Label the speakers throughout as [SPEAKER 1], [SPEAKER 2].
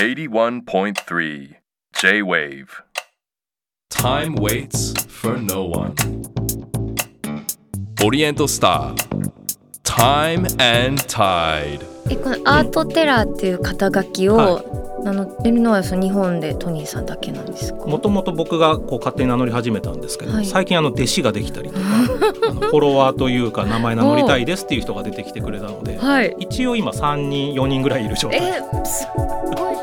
[SPEAKER 1] 81.3 J-Wave
[SPEAKER 2] Time waits for no one. Oriental Star Time and Tide。
[SPEAKER 3] このアートテラーっていう肩書きを名乗ってるのはその日本でトニーさんだけなんですか？
[SPEAKER 4] もともと僕がこう勝手に名乗り始めたんですけど、
[SPEAKER 3] はい、
[SPEAKER 4] 最近弟子ができたりとかフォロワーというか名前名乗りたいですっていう人が出てきてくれたので、
[SPEAKER 3] はい、
[SPEAKER 4] 一応今3人4人ぐらいいる状態。
[SPEAKER 3] すっごい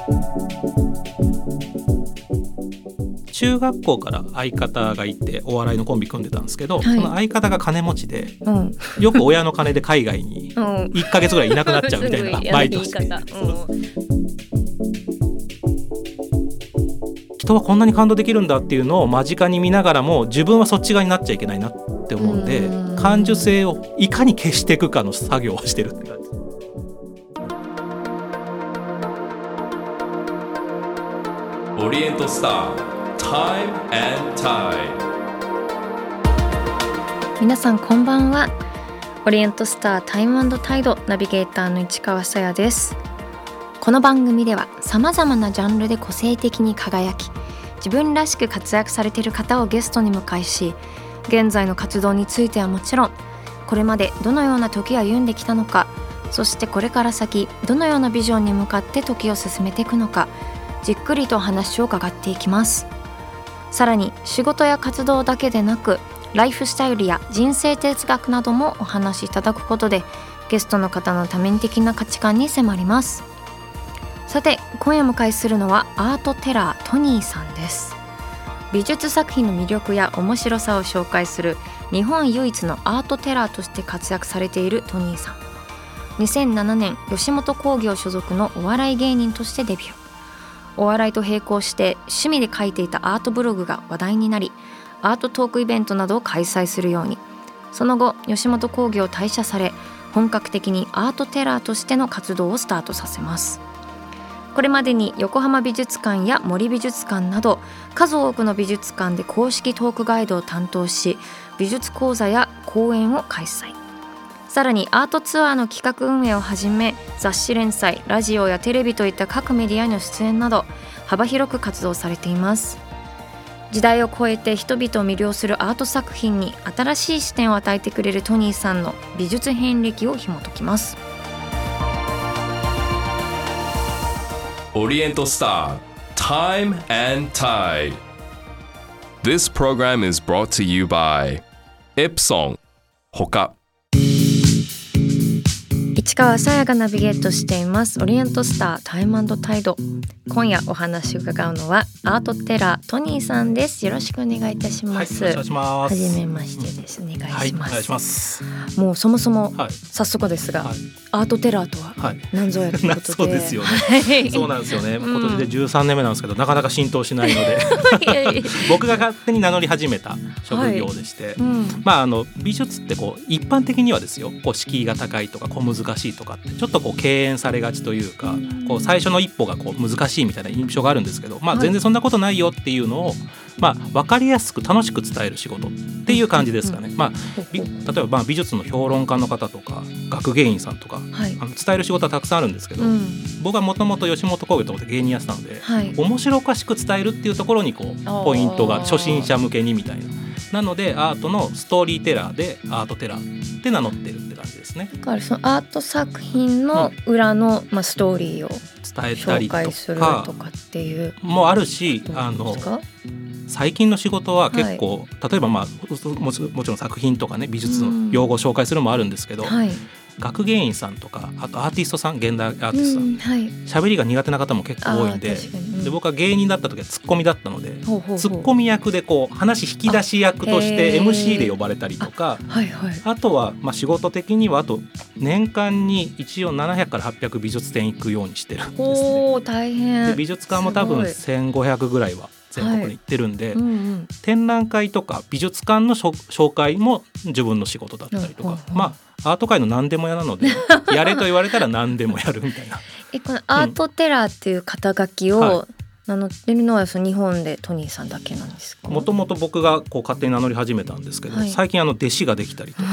[SPEAKER 4] 中学校から相方がいてお笑いのコンビ組んでたんですけど、
[SPEAKER 3] はい、
[SPEAKER 4] その相方が金持ちで、
[SPEAKER 3] うん、
[SPEAKER 4] よく親の金で海外に1ヶ月ぐらいいなくなっちゃうみたいなバイトして、人はこんなに感動できるんだっていうのを間近に見ながらも自分はそっち側になっちゃいけないなって思うんで、感受性をいかに消していくかの作業をしてるって感じ。
[SPEAKER 2] オリエントスターTime and Tide。
[SPEAKER 3] 皆さんこんばんは。オリエントスタータイム&タイドナビゲーターの市川さやです。この番組ではさまざまなジャンルで個性的に輝き自分らしく活躍されている方をゲストに迎えし、現在の活動についてはもちろんこれまでどのような時を歩んできたのか、そしてこれから先どのようなビジョンに向かって時を進めていくのか、じっくりと話を伺っていきます。さらに仕事や活動だけでなくライフスタイルや人生哲学などもお話しいただくことでゲストの方の多面的な価値観に迫ります。さて今夜迎えするのはアートテラートニーさんです。美術作品の魅力や面白さを紹介する日本唯一のアートテラーとして活躍されているトニーさん。2007年吉本興業所属のお笑い芸人としてデビュー。お笑いと並行して趣味で書いていたアートブログが話題になり、アートトークイベントなどを開催するように。その後吉本興業を退社され、本格的にアートテラーとしての活動をスタートさせます。これまでに横浜美術館や森美術館など数多くの美術館で公式トークガイドを担当し、美術講座や講演を開催。さらにアートツアーの企画運営をはじめ、雑誌連載、ラジオやテレビといった各メディアへの出演など幅広く活動されています。時代を超えて人々を魅了するアート作品に新しい視点を与えてくれるトニーさんの美術遍歴を紐解きます。
[SPEAKER 2] オリエントスター Time and Tide。 This program is brought to you by Epson ほか。
[SPEAKER 3] 市川さやがナビゲートしていますオリエントスタータイム&タイド。今夜お話を伺うのはアートテラートニーさんです。よろしくお願いいたします。
[SPEAKER 4] はい、お願いします。
[SPEAKER 3] はじめましてです。お願いします。
[SPEAKER 4] はい、お願いします。
[SPEAKER 3] もうそもそも、
[SPEAKER 4] はい、
[SPEAKER 3] 早速ですが、
[SPEAKER 4] はい、
[SPEAKER 3] アートテラーとは何ぞやということで、
[SPEAKER 4] そうですよね。そうなんですよね。今年で13年目なんですけど、なかなか浸透しないので僕が勝手に名乗り始めた職業でして、美術ってこう一般的にはですよ、こう敷居が高いとか小難しいとかってちょっとこう敬遠されがちというか、こう最初の一歩がこう難しいみたいな印象があるんですけど、全然そんなことないよっていうのを、分かりやすく楽しく伝える仕事っていう感じですかね。例えば美術の評論家の方とか学芸員さんとか、伝える仕事はたくさんあるんですけど、僕はもともと吉本興業とかで芸人やってたので、面白おかしく伝えるっていうところにこうポイントが初心者向けにみたいなので、アートのストーリーテラーでアートテラーって名乗ってるって感じですね。
[SPEAKER 3] だからそのアート作品の裏の、ストーリーを
[SPEAKER 4] 伝えたりとか
[SPEAKER 3] 紹介するとかっていう
[SPEAKER 4] もあるし、最近の仕事は結構、例えばもちろん作品とかね、美術の用語を紹介するのもあるんですけど、学芸員さんとかあとアーティストさん、現代アーティストさん、喋りが苦手な方も結構多いんで、僕は芸人だった時はツッコミだったので、ツッコミ役でこう話引き出し役として MC で呼ばれたりとか、あとは仕事的にはあと年間に一応700から800美術展行くようにしてるんですね。
[SPEAKER 3] 大変
[SPEAKER 4] で美術館も多分1500ぐらいは全国に行ってるんで、展覧会とか美術館の紹介も自分の仕事だったりとか、アート界の何でも屋なのでやれと言われたら何でもやるみたいな
[SPEAKER 3] このアートテラーっていう肩書きを名乗ってるのはその日本でトニーさんだけなんですか？
[SPEAKER 4] もともと僕がこう勝手に名乗り始めたんですけど、最近弟子ができたりとか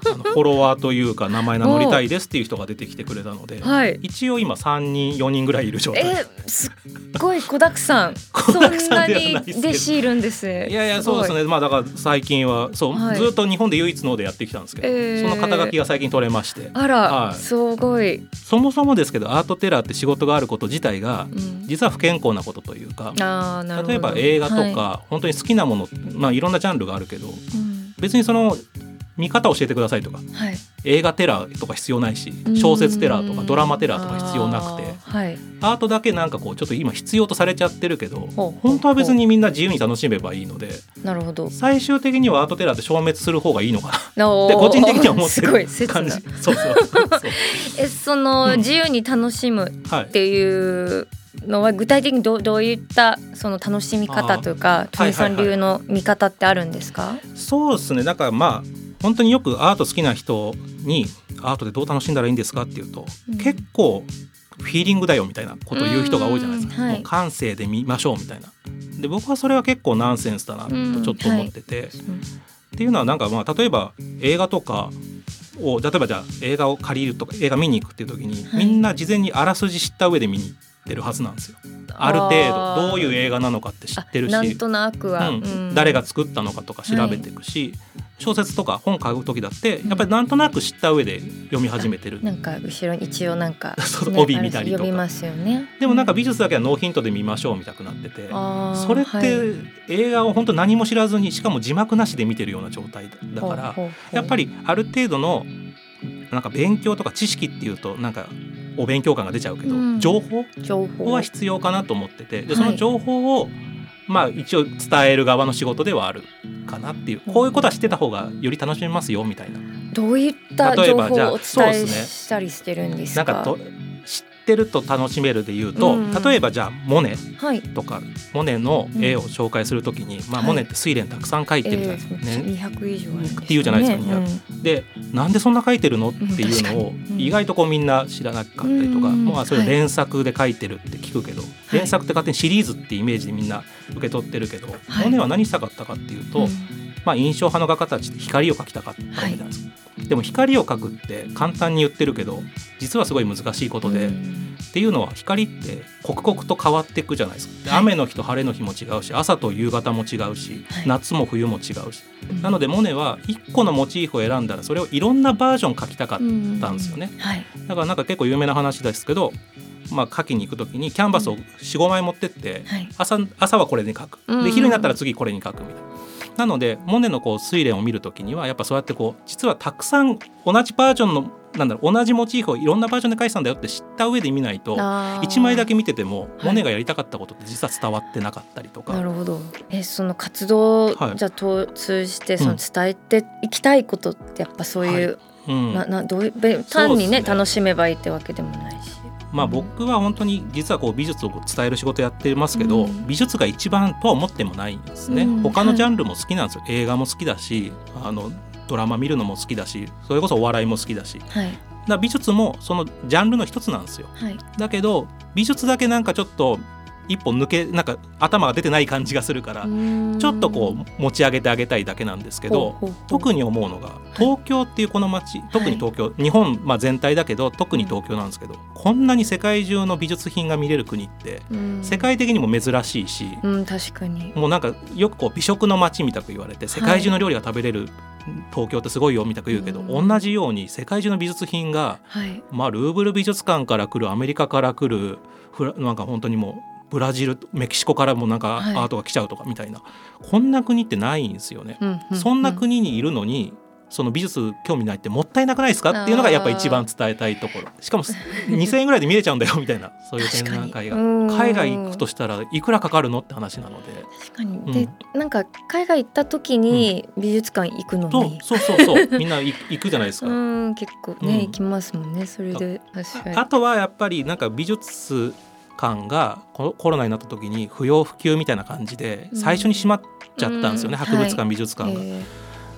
[SPEAKER 4] フォロワーというか名前名乗りたいですっていう人が出てきてくれたので、
[SPEAKER 3] はい、
[SPEAKER 4] 一応今3人4人ぐらいいる状態。
[SPEAKER 3] すっごい子だくさんそんなに弟子いるんですね。
[SPEAKER 4] いやいやそうですね、まあ、だから最近はそう、はい、ずっと日本で唯一のでやってきたんですけど、その肩書きが最近取れまして、
[SPEAKER 3] あら、はい、すごい。
[SPEAKER 4] そもそもですけどアートテラーって仕事があること自体が、実は不健康なことというか、例えば映画とか、はい、本当に好きなもの、まあ、いろんなジャンルがあるけど、別にその見方を教えてくださいとか、はい、映画テラーとか必要ないし、小説テラーとかドラマテラーとか必要なくて、はい、アートだけなんかこうちょっと今必要とされちゃってるけど、本当は別にみんな自由に楽しめばいいので、
[SPEAKER 3] なるほど、
[SPEAKER 4] 最終的にはアートテラーって消滅する方がいいのかなって個人的には思ってる感じ。そう
[SPEAKER 3] その自由に楽しむっていうのは具体的にどういったその楽しみ方というか、トニーさん流の見方ってあるんですか？
[SPEAKER 4] そうですね、だからまあ本当によくアート好きな人にアートでどう楽しんだらいいんですかっていうと、結構フィーリングだよみたいなことを言う人が多いじゃないですか、はい、もう感性で見ましょうみたいな。で僕はそれは結構ナンセンスだなとちょっと思ってて、っていうのはなんかまあ例えば映画とかを例えばじゃあ映画を借りるとか映画見に行くっていう時に、みんな事前にあらすじ知った上で見に行ってるはずなんですよ。ある程度どういう映画なのかって知ってるし、
[SPEAKER 3] なんとなくは、
[SPEAKER 4] 誰が作ったのかとか調べていくし、小説とか本買う時だってやっぱりなんとなく知った上で読み始めてる。
[SPEAKER 3] なんか後ろに一応なんか、
[SPEAKER 4] ね、帯見たりとか
[SPEAKER 3] 読みますよね。
[SPEAKER 4] でもなんか美術だけはノーヒントで見ましょうみたくなってて、それって映画を本当何も知らずに、しかも字幕なしで見てるような状態だから、やっぱりある程度のなんか勉強とか知識っていうとなんかお勉強感が出ちゃうけど、情報は必要かなと思ってて、でその情報をまあ一応伝える側の仕事ではあるかなっていう、こういうことは知ってた方がより楽しめますよみたいな。
[SPEAKER 3] どういった情報をお伝えしたりしてるんですか？
[SPEAKER 4] なんか知ってると楽しめるでいうと、例えばじゃあモネとか、モネの絵を紹介するときに、まあ、モネって睡蓮たくさん描いてるじゃないですか、
[SPEAKER 3] 200以上あるんですね
[SPEAKER 4] っていうじゃないですか、でなんでそんな描いてるのっていうのを意外とこうみんな知らなかったりとか、もうそれ連作で描いてるって聞くけど、連作って勝手にシリーズってイメージでみんな受け取ってるけど、モネは何したかったかっていうと、まあ、印象派の画家たちって光を描きたかったわけじゃないですか。でも光を描くって簡単に言ってるけど実はすごい難しいことで、っていうのは光って刻々と変わっていくじゃないですか。で雨の日と晴れの日も違うし、朝と夕方も違うし、夏も冬も違うし、なのでモネは1個のモチーフを選んだらそれをいろんなバージョン描きたかったんですよね。だからなんか結構有名な話ですけど、まあ、描きに行くときにキャンバスを 4,5 枚持ってって、朝はこれに描く、で昼になったら次これに描くみたいな。なのでモネのこう睡蓮を見るときにはやっぱそうやってこう実はたくさん同じバージョンの同じモチーフをいろんなバージョンで描いてたんだよって知った上で見ないと、1枚だけ見ててもモネがやりたかったことって実は伝わってなかったりとか。
[SPEAKER 3] なるほど。その活動じゃ通じてその伝えていきたいことってやっぱそういう、単にね楽しめばいいってわけでもないし、
[SPEAKER 4] まあ、僕は本当に実はこう美術を伝える仕事やってますけど、美術が一番とは思ってもないんですね。他のジャンルも好きなんですよ。映画も好きだし、ドラマ見るのも好きだし、それこそお笑いも好きだし、だから美術もそのジャンルの一つなんですよ。だけど美術だけなんかちょっと一歩なんか頭が出てない感じがするから、ちょっとこう持ち上げてあげたいだけなんですけど、特に思うのが東京っていうこの街、特に東京、日本、まあ、全体だけど特に東京なんですけど、こんなに世界中の美術品が見れる国って世界的にも珍しいし、
[SPEAKER 3] 確かに
[SPEAKER 4] もうなんかよくこう美食の街みたく言われて、世界中の料理が食べれる東京ってすごいよみたく言うけど、同じように世界中の美術品が、まあ、ルーブル美術館から来る、アメリカから来る、なんか本当にもうブラジル、メキシコからもなんかアートが来ちゃうとかみたいな、こんな国ってないんですよね。そんな国にいるのにその美術興味ないってもったいなくないですかっていうのがやっぱ一番伝えたいところ。しかも2000円ぐらいで見れちゃうんだよみたいな、そういう展覧会が海外行くとしたらいくらかかるのって話なので。
[SPEAKER 3] 確かに、でなんか海外行った時に美術館行くのに、
[SPEAKER 4] そうみんな行くじゃないですか。
[SPEAKER 3] 結構ね、行きますもんね。それで確かに。
[SPEAKER 4] あとはやっぱりなんか美術館がコロナになった時に不要不急みたいな感じで最初に閉まっちゃったんですよね、博物館、美術館が。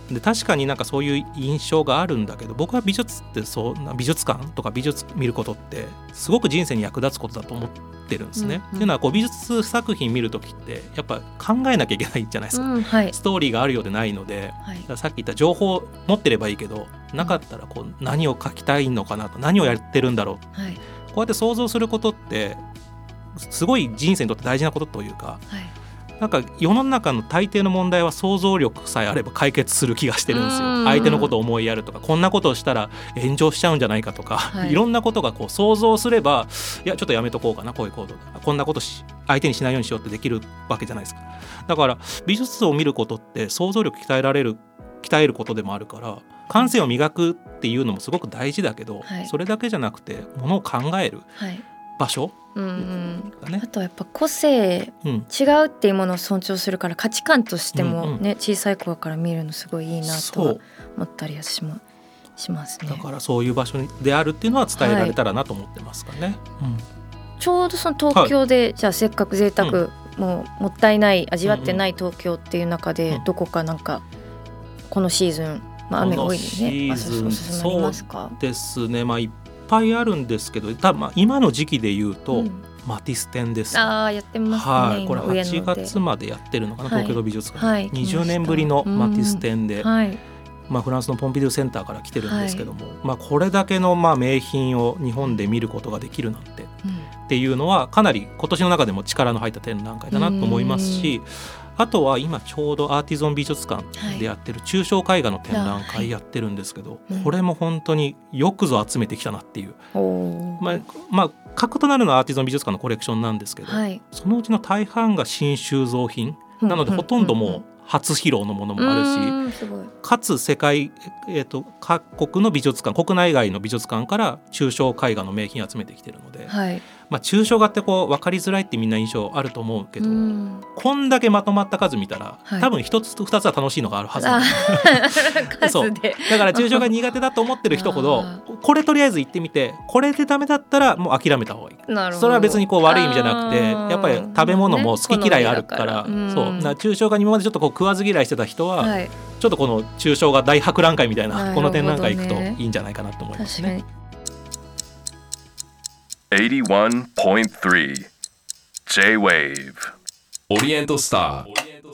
[SPEAKER 4] で確かになんかそういう印象があるんだけど、僕は美術って美術館とか美術見ることってすごく人生に役立つことだと思ってるんですね、っていうのはこう美術作品見るときってやっぱ考えなきゃいけないじゃないですか、ストーリーがあるようでないので、さっき言った情報を持ってればいいけどなかったらこう何を描きたいのかなと、何をやってるんだろう、こうやって想像することってすごい人生にとって大事なことというか、なんか世の中の大抵の問題は想像力さえあれば解決する気がしてるんですよ。相手のことを思いやるとか、こんなことをしたら炎上しちゃうんじゃないかとか、いろんなことがこう想像すれば、いやちょっとやめとこうかな、こういう行動こんなこと相手にしないようにしようってできるわけじゃないですか。だから美術を見ることって想像力鍛えることでもあるから、感性を磨くっていうのもすごく大事だけど、それだけじゃなくてものを考える場所、
[SPEAKER 3] あとはやっぱ個性、違うっていうものを尊重するから価値観としてもね、小さい頃から見るのすごいいいなとは思ったりはしますね。
[SPEAKER 4] だからそういう場所であるっていうのは伝えられたらなと思ってますかね、
[SPEAKER 3] ちょうどその東京で、じゃあせっかく贅沢、もったいない味わってない東京っていう中で、どこかなんかこのシーズン、雨が多いですね、おすすめありますか？
[SPEAKER 4] そうですね、いっぱいあるんですけど、今の時期で言うと、マティス展です。
[SPEAKER 3] やってますね、
[SPEAKER 4] これ8月までやってるのかな、東京都美術館、20年ぶりのマティス展で、フランスのポンピドゥセンターから来てるんですけども、これだけの名品を日本で見ることができるなんて、っていうのはかなり今年の中でも力の入った展覧会だなと思いますし、あとは今ちょうどアーティゾン美術館でやってる抽象絵画の展覧会やってるんですけど、これも本当によくぞ集めてきたなっていう、核となるのはアーティゾン美術館のコレクションなんですけど、そのうちの大半が新収蔵品なので、ほとんどもう初披露のものもあるし、かつ世界、各国の美術館、国内外の美術館から抽象絵画の名品集めてきてるので、抽象画ってこう分かりづらいってみんな印象あると思うけど、こんだけまとまった数見たら、多分一つ二つは楽しいのがあるはずなんですそうだから抽象画苦手だと思ってる人ほどこれとりあえず行ってみて、これでダメだったらもう諦めた方がいい。それは別にこう悪い意味じゃなくて、やっぱり食べ物も好き嫌いあるから、抽象画に今までちょっとこう食わず嫌いしてた人は、ちょっとこの抽象画大博覧会みたいなこの展覧会行くといいんじゃないかなと思いますね。
[SPEAKER 1] 81.3 J-Wave
[SPEAKER 2] オリエントスター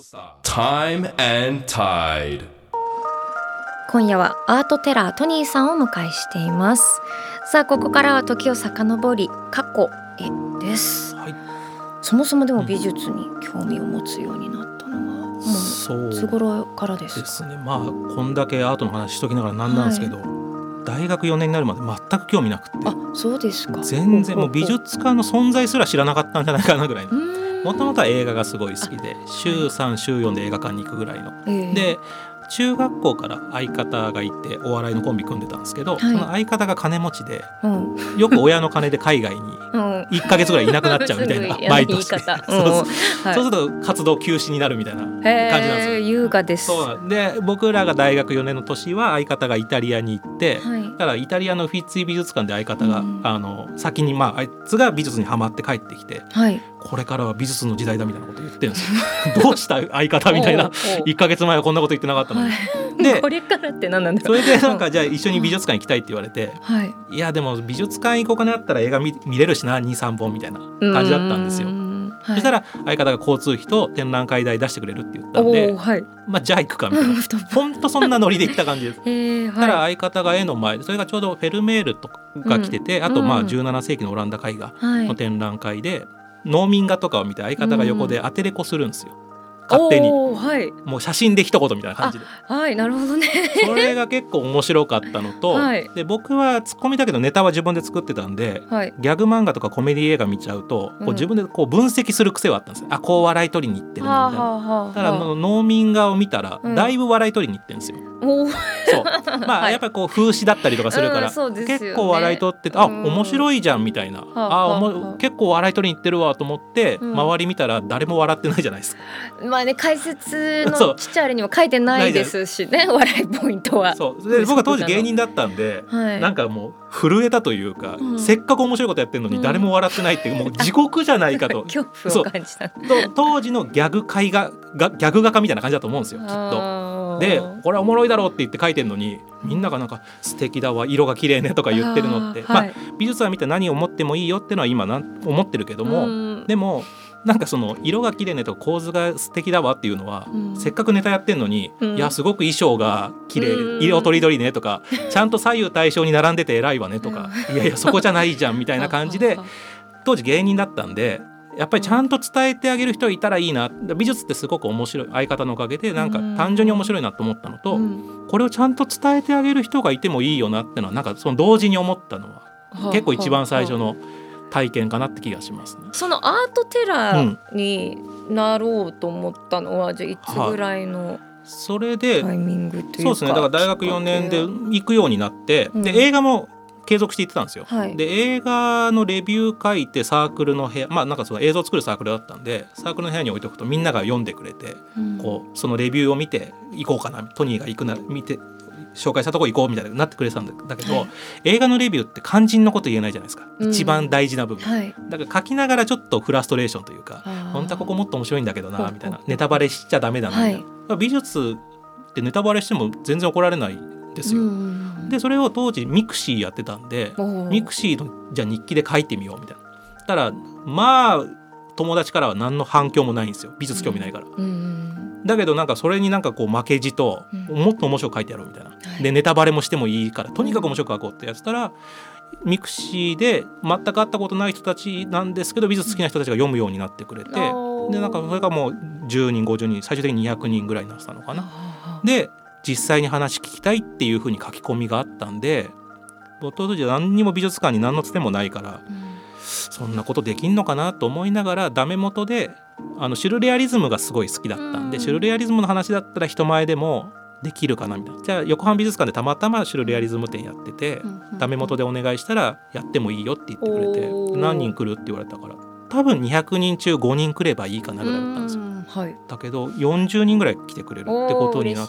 [SPEAKER 2] Time and Tide。
[SPEAKER 3] 今夜はアートテラートニーさんをお迎えしています。さあここからは時を遡り過去へです、そもそもでも美術に興味を持つようになったのはもういつ頃からですか？
[SPEAKER 4] ですね、こんだけアートの話しときながらなんなんですけど、大学4年になるまで全く興味なくて、
[SPEAKER 3] そうですか。
[SPEAKER 4] 全然もう美術館の存在すら知らなかったんじゃないかなぐらいの、もともとは映画がすごい好きで、週3週4で映画館に行くぐらいの、で中学校から相方がいてお笑いのコンビ組んでたんですけど、その相方が金持ちで、よく親の金で海外に1ヶ月ぐらいいなくなっちゃうみたいな、バイトして、そうすると活動休止になるみたいな感じなんですよ。
[SPEAKER 3] 優雅です。
[SPEAKER 4] そうで、僕らが大学4年の年は相方がイタリアに行って、だからイタリアのフィッツィ美術館で相方が、先にあいつが美術にハマって帰ってきて、これからは美術の時代だみたいなこと言ってるんですよどうした相方みたいな1ヶ月前はこんなこと言ってなかったのに、
[SPEAKER 3] でこれからって何なんだろう。
[SPEAKER 4] それでなんかじゃあ一緒に美術館行きたいって言われて、いやでも美術館行こうかなったら映画 見れるしな 2,3 本みたいな感じだったんですよ。そしたら相方が交通費と展覧会代出してくれるって言ったんで、じゃあ行くかみたいなほんとそんなノリで行った感じです。ただ相方が絵の前で、それがちょうどフェルメールとかが来てて、あと17世紀のオランダ絵画の展覧会で、農民画とかを見て相方が横でアテレコするんですよ、勝手に、もう写真で一言みたいな感じで。
[SPEAKER 3] なるほどね
[SPEAKER 4] それが結構面白かったのと、で僕はツッコミだけどネタは自分で作ってたんで、ギャグ漫画とかコメディ映画見ちゃうと、こう自分でこう分析する癖はあったんですよ。こう笑い取りに行ってるみたいな。ただ農民画を見たらだいぶ笑い取りに行ってるんですよ。そうやっぱりこう風刺だったりとかするから、結構笑い取ってて、面白いじゃんみたいな、結構笑い取りに行ってるわと思って、周り見たら誰も笑ってないじゃないですか。
[SPEAKER 3] 解説のちっちゃいあれにも書いてないですしね笑いポイントは。
[SPEAKER 4] で僕は当時芸人だったんで、なんかもう震えたというか、せっかく面白いことやってるのに誰も笑ってないって、もう地獄じゃないかと
[SPEAKER 3] 恐怖を感じた。
[SPEAKER 4] 当時のギャグ絵画逆画家みたいな感じだと思うんですよきっと。でこれはおもろいだろうって言って書いてるのにみんながなんか素敵だわ色が綺麗ねとか言ってるのって、はい、美術は見て何を思ってもいいよっていうのは今思ってるけども、でもなんかその色が綺麗ねとか構図が素敵だわっていうのは、せっかくネタやってんのに、いやすごく衣装が綺麗、色とりどりねとかちゃんと左右対称に並んでて偉いわねとか、いやいやそこじゃないじゃんみたいな感じで当時芸人だったんでやっぱりちゃんと伝えてあげる人いたらいいな。美術ってすごく面白い相方のおかげでなんか単純に面白いなと思ったのと、これをちゃんと伝えてあげる人がいてもいいよなってのはなんかその同時に思ったのは結構一番最初の体験かなって気がしますね。
[SPEAKER 3] そのアートテラーになろうと思ったのは、じゃあいつぐらいの
[SPEAKER 4] それで
[SPEAKER 3] タイミングというか。
[SPEAKER 4] そうですね、だから大学4年で行くようになって、で映画も継続して行ってたんですよ、はい、で映画のレビュー書いてサークルの部屋、なんかその映像を作るサークルだったんでサークルの部屋に置いておくとみんなが読んでくれて、こうそのレビューを見て行こうかな、トニーが行くなら見て紹介したとこ行こうみたいになってくれてたんだけど、はい、映画のレビューって肝心のこと言えないじゃないですか、一番大事な部分、はい、だから書きながらちょっとフラストレーションというか本当はここもっと面白いんだけどなみたいな、ネタバレしちゃダメだなみたいな、はい、美術ってネタバレしても全然怒られないんですよ。でそれを当時ミクシーやってたんでミクシーのじゃあ日記で書いてみようみたいな。たら友達からは何の反響もないんですよ、美術興味ないから、だけどなんかそれになんかこう負けじと、もっと面白く書いてやろうみたいな、でネタバレもしてもいいからとにかく面白く書こうってやってたら、ミクシーで全く会ったことない人たちなんですけど美術好きな人たちが読むようになってくれて、でなんかそれがもう10人50人最終的に200人ぐらいになってたのかな。で実際に話聞きたいっていう風に書き込みがあったんで、当時は何にも美術館に何のつてもないから、そんなことできんのかなと思いながらダメ元でシュルレアリズムがすごい好きだったんで、シュルレアリズムの話だったら人前でもできるかなみたいな。じゃあ横浜美術館でたまたまシュルレアリズム展やってて、ダメ元でお願いしたらやってもいいよって言ってくれて、何人来るって言われたから多分200人中5人来ればいいかなぐらいだったんですよ、はい、だけど40人ぐらい来てくれるってことになって、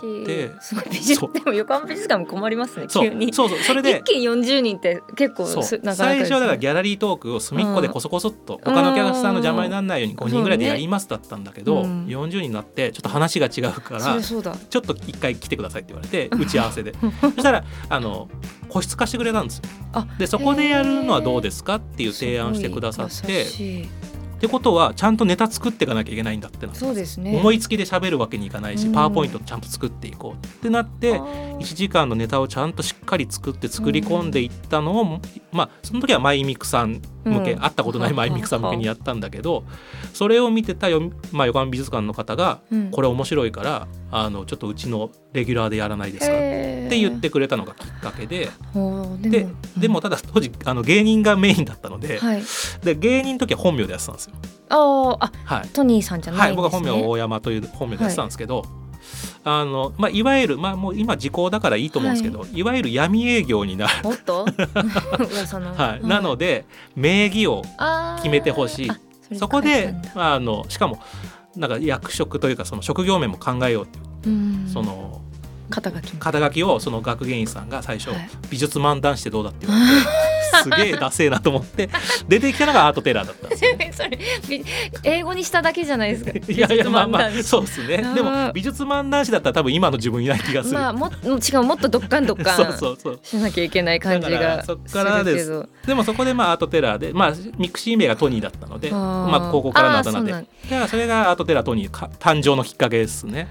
[SPEAKER 3] すごい美術でも横浜美術館も困りますね急に。
[SPEAKER 4] そうそれで
[SPEAKER 3] 一気に40人って結構なかなかですね。
[SPEAKER 4] 最初はだからギャラリートークを隅っこでコソコソっと他のお客さんの邪魔にならないように5人ぐらいでやりますだったんだけど、40人になってちょっと話が違うからちょっと一回来てくださいって言われて打ち合わせでそしたら個室貸してくれたんですよ。でそこでやるのはどうですかっていう提案してくださって、ってことはちゃんとネタ作っていかなきゃいけないんだってなって、
[SPEAKER 3] そうですね、
[SPEAKER 4] 思いつきで喋るわけにいかないし、パワーポイントちゃんと作っていこうってなって、1時間のネタをちゃんとしっかり作って作り込んでいったのを、その時はマイミクさん向け、会ったことないマイミクさん向けにやったんだけど、それを見てた横浜美術館の方が、これ面白いからちょっとうちのレギュラーでやらないですかって言ってくれたのがきっかけで、でもただ当時芸人がメインだったので、で芸人の時は本名でやってたんですよ。
[SPEAKER 3] トニーさんじゃないんですね。
[SPEAKER 4] 僕は本名大山という本名でやってたんですけど、いわゆる、もう今時効だからいいと思うんですけど、いわゆる闇営業になる
[SPEAKER 3] おっと
[SPEAKER 4] なので名義を決めてほしい。そこでしかもなんか役職というかその職業名も考えようっていう、その
[SPEAKER 3] 肩
[SPEAKER 4] 書きをその学芸員さんが最初、美術漫談してどうだって言われてすげえダセーなと思って出てきたのがアートテラーだったんですよ
[SPEAKER 3] それ英語にしただけじゃないですか。
[SPEAKER 4] いやそうですね。でも美術漫談師だったら多分今の自分いない気がする。
[SPEAKER 3] もっとどっかんそうしなきゃいけない感じがするけど、そっからです。
[SPEAKER 4] でもそこでアートテラーで、ミクシー名がトニーだったので、高校からのあだ名で、それがアートテラートニー誕生のきっかけですね。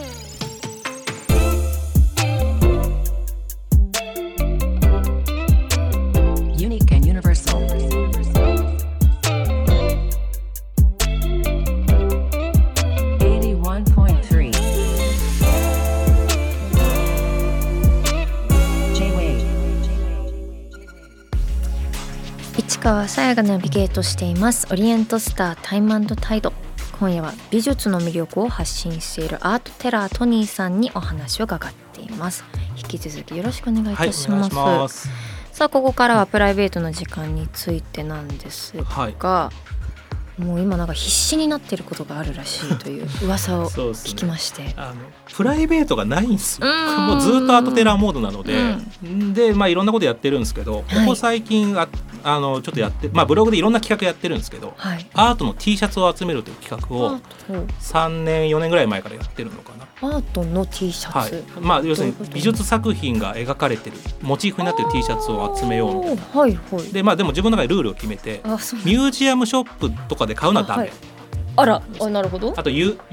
[SPEAKER 3] 市川さやがナビゲートしていますオリエントスタータイム&タイド。今夜は美術の魅力を発信しているアートテラートニーさんにお話を伺っています。引き続きよろしくお願いいたします。お願いします。さあここからはプライベートの時間についてなんですが、 もう今なんか必死になってることがあるらしいという噂を聞きまして、
[SPEAKER 4] プライベートがないんですよ。もうずっとアートテラーモードなので、でいろんなことやってるんですけど、ここ最近はちょっとやって、ブログでいろんな企画やってるんですけど、アートの T シャツを集めるという企画を3年4年ぐらい前からやってるのかな。
[SPEAKER 3] アートの T シャツ、
[SPEAKER 4] 要するに美術作品が描かれてるモチーフになってる T シャツを集めようみたいな。でも自分の中でルールを決めて、ミュージアムショップとかで買うのはダメ。
[SPEAKER 3] なるほど。
[SPEAKER 4] あと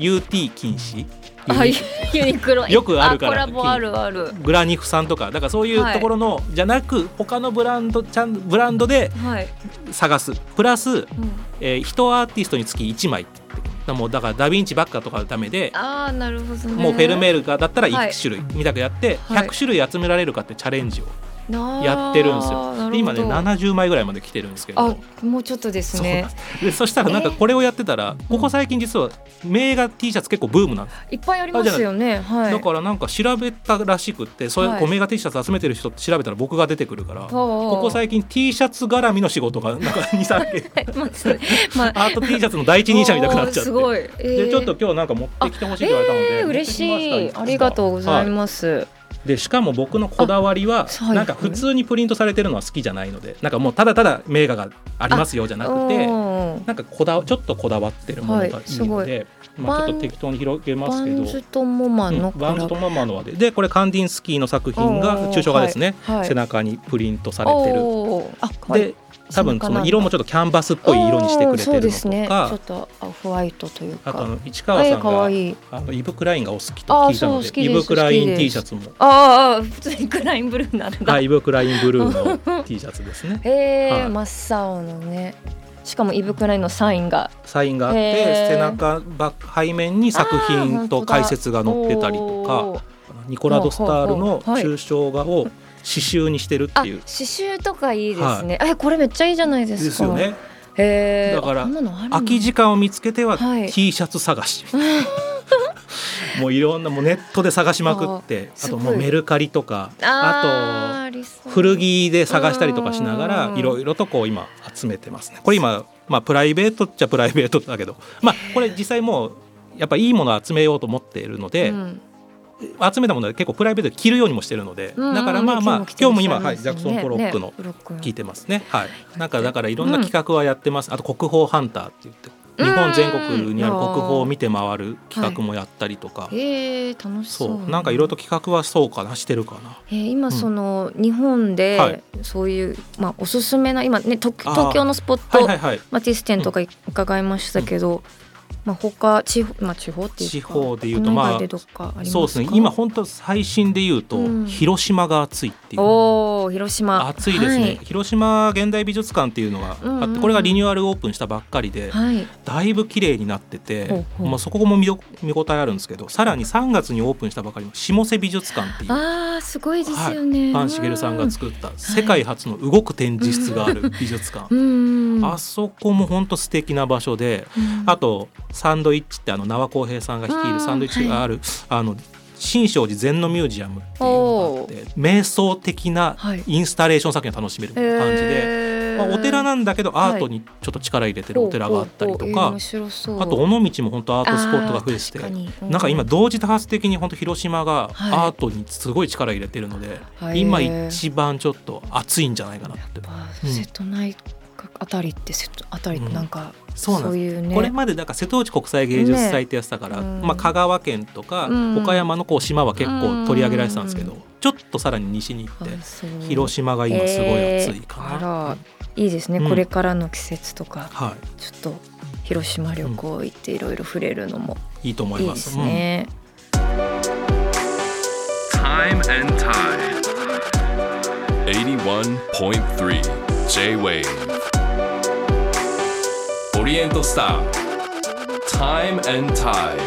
[SPEAKER 4] UT 禁止。
[SPEAKER 3] ユニクロ
[SPEAKER 4] よくあるから、
[SPEAKER 3] コラボある
[SPEAKER 4] グラニフさんとかだからそういうところの、じゃなく他のブランドで探す、プラス、1アーティストにつき1枚もうだからダヴィンチばっかとかダメで、
[SPEAKER 3] なるほどね、
[SPEAKER 4] もうフェルメールがだったら1種類みたくやって100種類集められるかってチャレンジをやってるんですよ。で今ね70枚ぐらいまで来てるんですけど、
[SPEAKER 3] もうちょっとですね。
[SPEAKER 4] そしたらなんかこれをやってたら、ここ最近実は名画 T シャツ結構ブームなんです。
[SPEAKER 3] いっぱいありますよね。
[SPEAKER 4] だからなんか調べたらしくって、そういう名画 T シャツ集めてる人って調べたら僕が出てくるから、ここ最近 T シャツ絡みの仕事がなんか 2,3 件アート T シャツの第一人者みたいになっちゃって、
[SPEAKER 3] すごい。
[SPEAKER 4] でちょっと今日なんか持ってきてほしいと言われたので、
[SPEAKER 3] 嬉しい、ありがとうございます。
[SPEAKER 4] でしかも僕のこだわりはなんか普通にプリントされてるのは好きじゃないので、なんかもうただただ名画がありますよじゃなくて、なんかちょっとこだわってるものがいいので、ちょっと適当に広げますけど、
[SPEAKER 3] バンズとモマの
[SPEAKER 4] でこれカンディンスキーの作品が抽象画ですね、背中にプリントされてる。で多分その色もちょっとキャンバスっぽい色にしてくれてるのとか、
[SPEAKER 3] ちょっとオフホワイトというか、
[SPEAKER 4] あと市川さんがイブ・クラインがお好きと聞いたので、イブ・クライン T シャツも
[SPEAKER 3] 普通にクラインブルーなんだ。
[SPEAKER 4] イブ・クラインブルーの T シャツですね。
[SPEAKER 3] 真っ青のね。しかもイブ・クラインのサインがあって、
[SPEAKER 4] 背中背面に作品と解説が載ってたりとか、ニコラ・ドスタールの抽象画を刺繍にしてるっていう。
[SPEAKER 3] 刺繍とかいいですね。これめっちゃいいじゃないですか。
[SPEAKER 4] ですよね。だから空き時間を見つけては T シャツ探し、もういろんなもうネットで探しまくって、あともうメルカリとか、あと古着で探したりとかしながらいろいろとこう今集めてますね。これ今プライベートっちゃプライベートだけど、これ実際もうやっぱいいものを集めようと思っているので、集めたもので結構プライベートで着るようにもしてるので、だから今日も今ジャクソン・ポロックの聞いてますね。だからいろんな企画はやってます。あと国宝ハンターって言って日本全国にある国宝を見て回る企画もやったりとか、
[SPEAKER 3] 楽しそう。
[SPEAKER 4] なんかいろいろと企画はしてるかな。
[SPEAKER 3] 今その日本でそういうおすすめな今ね東京のスポットマティス展とか伺いましたけど、他地方っていうか、
[SPEAKER 4] 地方でいうとそうですね。今本当最新でいうと広島が熱いっていう。
[SPEAKER 3] 広島
[SPEAKER 4] 熱いですね。広島現代美術館っていうのがあって、これがリニューアルオープンしたばっかりで、だいぶ綺麗になってて、そこも見応えあるんですけど、さらに3月にオープンしたばかりの下瀬美術館っていう、
[SPEAKER 3] すごいですよね。
[SPEAKER 4] パンシゲルさんが作った世界初の動く展示室がある美術館、あそこも本当素敵な場所で、あとサンドイッチって名和浩平さんが率いるサンドイッチがある、新勝寺禅のミュージアムっていうのがあって、瞑想的なインスタレーション作品を楽しめる感じで、お寺なんだけどアートにちょっと力入れてるお寺があったりとか、あと尾道も本当アートスポットが増えてて、なんか今同時多発的に本当広島がアートにすごい力入れてるので、今一番ちょっと熱いんじゃないかなって。
[SPEAKER 3] 瀬戸内あたりってなんかそういうね、
[SPEAKER 4] これまでだから瀬戸内国際芸術祭ってやってたから、香川県とか岡山の島は結構取り上げられてたんですけど、ちょっとさらに西に行って広島が今すごい暑いかな。
[SPEAKER 3] いいですね。これからの季節とか、ちょっと広島旅行行っていろいろ触れるのもいいと思いますね。
[SPEAKER 1] Time and Tide 81.3 J-Wave オリエントスター Time and Tide。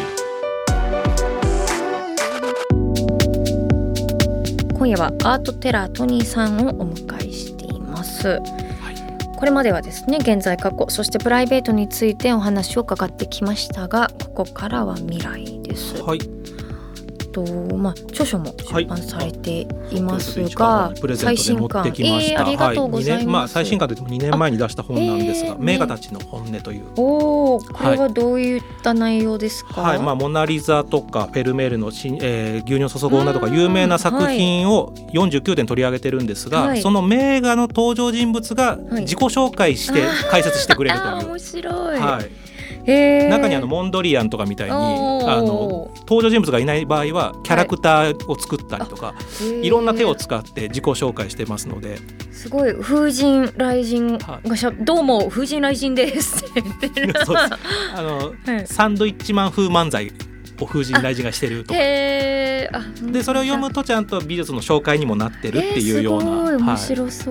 [SPEAKER 3] 今夜はアートテラートニーさんをお迎えしています。これまではですね、現在過去そしてプライベートについてお話を伺ってきましたが、ここからは未来です。 著書も出版されていますが、
[SPEAKER 4] プレゼントで持ってきました。
[SPEAKER 3] ありがとうございます。
[SPEAKER 4] 最新刊といっても2年前に出した本なんですが、名画たちの本音という。
[SPEAKER 3] これはどういった内容ですか？
[SPEAKER 4] モナリザとかフェルメールの、牛乳を注ぐ女とか有名な作品を49点取り上げてるんですが、その名画の登場人物が自己紹介して解説してくれるという。
[SPEAKER 3] 面白い。
[SPEAKER 4] 中にモンドリアンとかみたいに登場人物がいない場合はキャラクターを作ったりとか、いろんな手を使って自己紹介してますので、
[SPEAKER 3] すごい風神雷神がどうも風神雷神ですって言ってる。
[SPEAKER 4] そうです。サンドイッチマン風漫才を風神雷神がしてるとかで、それを読むとちゃんと美術の紹介にもなってるっていうような、
[SPEAKER 3] すごい面白そう、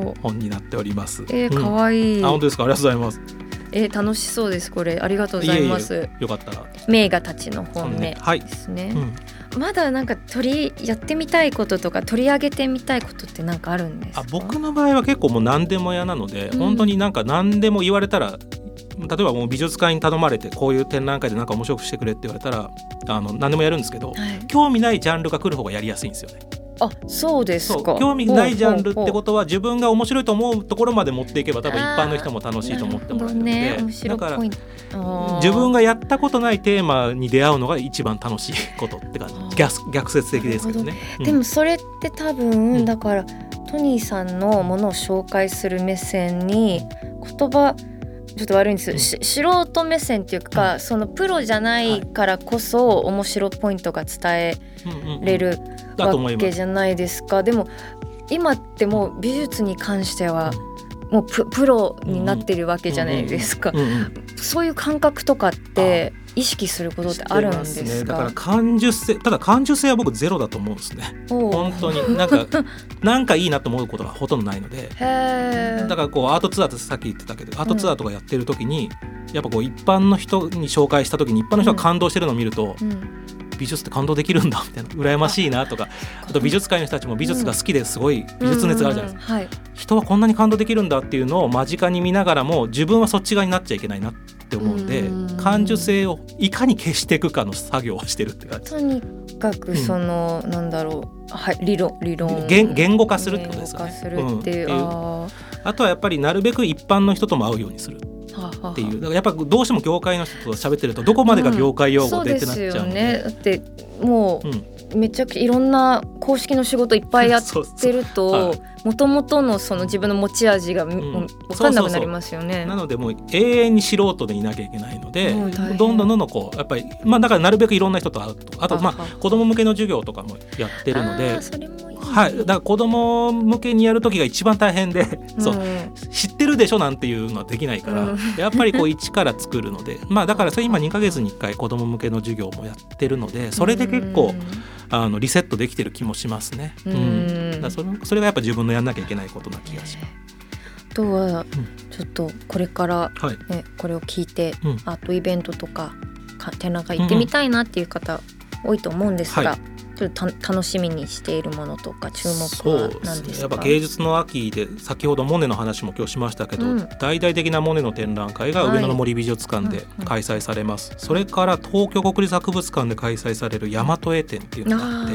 [SPEAKER 4] 本になっております。
[SPEAKER 3] かわいい。
[SPEAKER 4] 本当ですか？ありがとうございます。
[SPEAKER 3] 楽しそうです。これありがとうございます。
[SPEAKER 4] よかったら
[SPEAKER 3] 名画たちの本音ですね。まだなんかやってみたいこととか取り上げてみたいことってなんかあるんですか？
[SPEAKER 4] 僕の場合は結構もう何でも嫌なので、本当になんか何でも言われたら、例えばもう美術館に頼まれてこういう展覧会でなんか面白くしてくれって言われたら何でもやるんですけど、興味ないジャンルが来る方がやりやすいんですよね。
[SPEAKER 3] そうですか。
[SPEAKER 4] 興味ないジャンルってことは自分が面白いと思うところまで持っていけば多分一般の人も楽しいと思ってもらえるので、だから自分がやったことないテーマに出会うのが一番楽しいことって感じ。逆説的ですけどね。
[SPEAKER 3] でもそれって多分だからトニーさんのものを紹介する目線に言葉ちょっと悪いんです、素人目線っていうか、そのプロじゃないからこそ面白ポイントが伝えれるわけじゃないですか。でも今ってもう美術に関してはもうプロになってるわけじゃないですか。そういう感覚とかって意識することってあるんですか？
[SPEAKER 4] だから感受性は僕ゼロだと思うんですね。本当になんかいいなと思うことがほとんどないので、だからこうアートツアーってさっき言ってたけど、アートツアーとかやってる時にやっぱこう一般の人に紹介した時に一般の人が感動してるのを見ると、美術って感動できるんだみたいな、羨ましいなとか、あと美術界の人たちも美術が好きですごい美術熱があるじゃないですか、人はこんなに感動できるんだっていうのを間近に見ながらも自分はそっち側になっちゃいけないなって思うんで、感受性をいかに消していくかの作業をしてるって感じ。
[SPEAKER 3] とにかくなんだろう、理論
[SPEAKER 4] 言語化するってことですかね。あとはやっぱりなるべく一般の人とも会うようにするっていう。だからやっぱどうしても業界の人と喋ってるとどこまでが業界用語でってなっちゃうんで、
[SPEAKER 3] だってもうめちゃくちゃいろんな公式の仕事いっぱいやってると元々のその自分の持ち味が分かんなくなりますよね。
[SPEAKER 4] なのでもう永遠に素人でいなきゃいけないので、どんどんこうやっぱりだからなるべくいろんな人と会うと、あと子供向けの授業とかもやってるので、だから子供向けにやる時が一番大変で、知ってるでしょなんていうのはできないから、やっぱりこう一から作るので、だからそれ今2ヶ月に1回子供向けの授業もやってるので、それで結構リセットできてる気もしますね。だからそれがやっぱ自分のやんなきゃいけないことな気がします。
[SPEAKER 3] あとはちょっとこれからこれを聞いてアートイベントとか展覧会行ってみたいなっていう方多いと思うんですが、ちょっと楽しみにしているものとか注目は何ですか？
[SPEAKER 4] やっぱ芸術の秋で先ほどモネの話も今日しましたけど、大々的なモネの展覧会が上野の森美術館で開催されます。それから東京国立博物館で開催される大和絵展っていうのがあって、